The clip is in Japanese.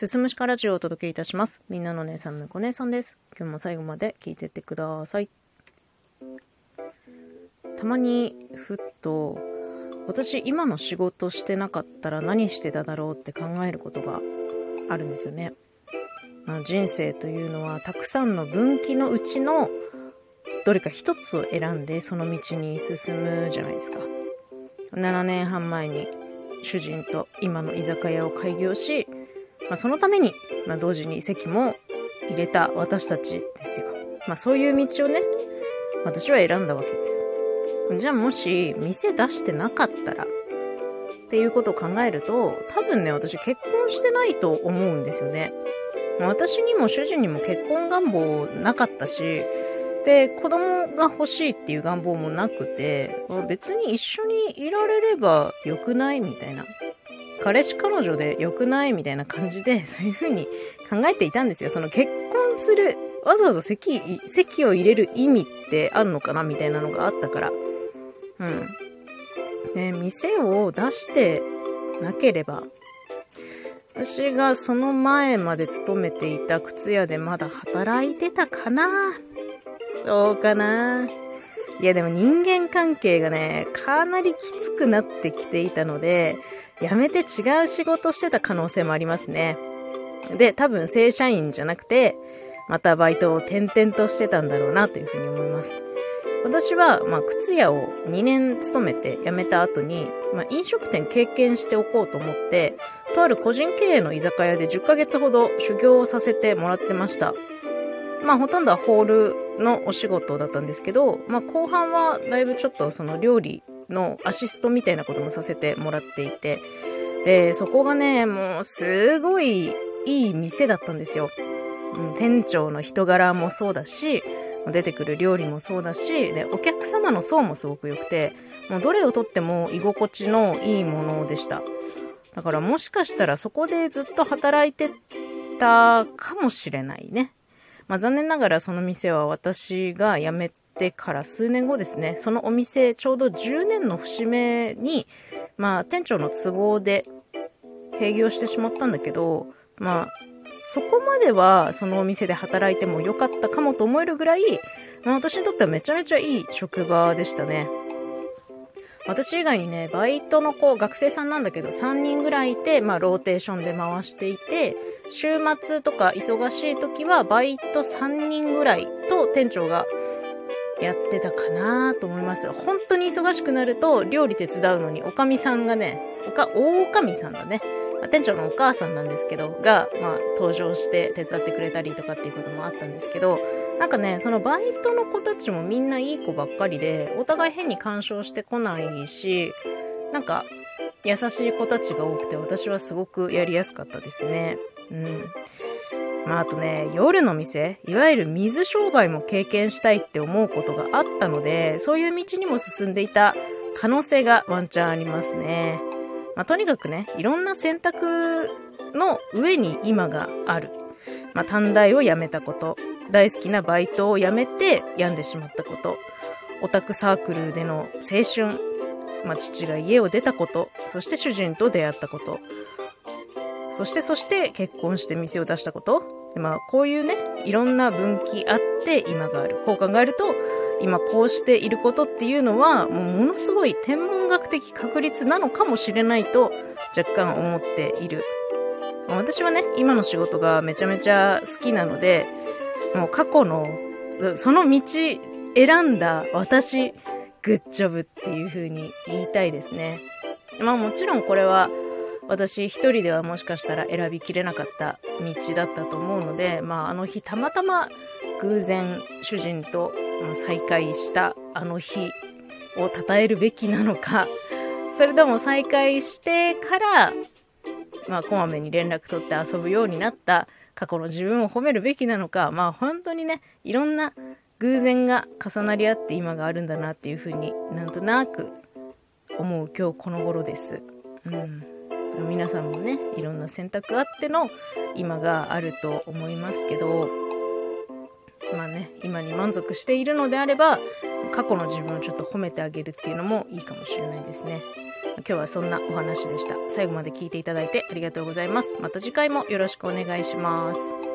すすむしかラジオをお届けいたします。みんなの姉さん、むこ姉さんです。今日も最後まで聞いてってください。たまにふっと、私今の仕事してなかったら何してただろうって考えることがあるんですよね。人生というのはたくさんの分岐のうちのどれか一つを選んでその道に進むじゃないですか。7年半前に主人と今の居酒屋を開業し、そのために、同時に籍も入れた私たちですよ。そういう道をね、私は選んだわけです。じゃあもし店出してなかったらっていうことを考えると、多分ね、私結婚してないと思うんですよね。私にも主人にも結婚願望なかったし、で、子供が欲しいっていう願望もなくて、別に一緒にいられればよくないみたいな。彼氏彼女で良くないみたいな感じで、そういう風に考えていたんですよ。その結婚する、わざわざ籍を入れる意味ってあるのかなみたいなのがあったから。店を出してなければ、私がその前まで勤めていた靴屋でまだ働いてたかな？どうかな？いやでも人間関係がね、かなりきつくなってきていたので、辞めて違う仕事してた可能性もありますね。で、多分正社員じゃなくて、またバイトを転々としてたんだろうなというふうに思います。私は、靴屋を2年勤めて辞めた後に、飲食店経験しておこうと思って、とある個人経営の居酒屋で10ヶ月ほど修行をさせてもらってました。ほとんどはホールのお仕事だったんですけど、後半はだいぶちょっとその料理のアシストみたいなこともさせてもらっていて、で、そこがね、もうすごいいい店だったんですよ。店長の人柄もそうだし、出てくる料理もそうだし、で、お客様の層もすごく良くて、もうどれをとっても居心地のいいものでした。だからもしかしたらそこでずっと働いてたかもしれないね。残念ながらその店は私が辞めてから数年後ですね、そのお店ちょうど10年の節目に、店長の都合で閉業してしまったんだけど、そこまではそのお店で働いてもよかったかもと思えるぐらい、私にとってはめちゃめちゃいい職場でしたね。私以外にね、バイトの子、学生さんなんだけど3人ぐらいいて、ローテーションで回していて、週末とか忙しい時はバイト3人ぐらいと店長がやってたかなと思います。本当に忙しくなると料理手伝うのにおかみさんがね、大おかみさんだね。店長のお母さんなんですけど、が、登場して手伝ってくれたりとかっていうこともあったんですけど、なんかね、そのバイトの子たちもみんないい子ばっかりで、お互い変に干渉してこないし、なんか優しい子たちが多くて、私はすごくやりやすかったですね。あとね、夜の店、いわゆる水商売も経験したいって思うことがあったので、そういう道にも進んでいた可能性がワンチャンありますね。とにかくね、いろんな選択の上に今がある。短大を辞めたこと、大好きなバイトを辞めて病んでしまったこと、オタクサークルでの青春、父が家を出たこと、そして主人と出会ったこと、そして結婚して店を出したこと。こういうね、いろんな分岐あって今がある。こう考えると、今こうしていることっていうのは、ものすごい天文学的確率なのかもしれないと若干思っている。私はね、今の仕事がめちゃめちゃ好きなので、もう過去の、その道選んだ私、グッジョブっていう風に言いたいですね。もちろんこれは、私一人ではもしかしたら選びきれなかった道だったと思うので、あの日たまたま偶然主人と再会したあの日を称えるべきなのか、それとも再会してから、こまめに連絡取って遊ぶようになった過去の自分を褒めるべきなのか、本当にね、いろんな偶然が重なり合って今があるんだなっていうふうになんとなく思う今日この頃です。皆さんもね、いろんな選択あっての今があると思いますけど、今に満足しているのであれば、過去の自分をちょっと褒めてあげるっていうのもいいかもしれないですね。 今日はそんなお話でした。最後まで聞いていただいてありがとうございます。また次回もよろしくお願いします。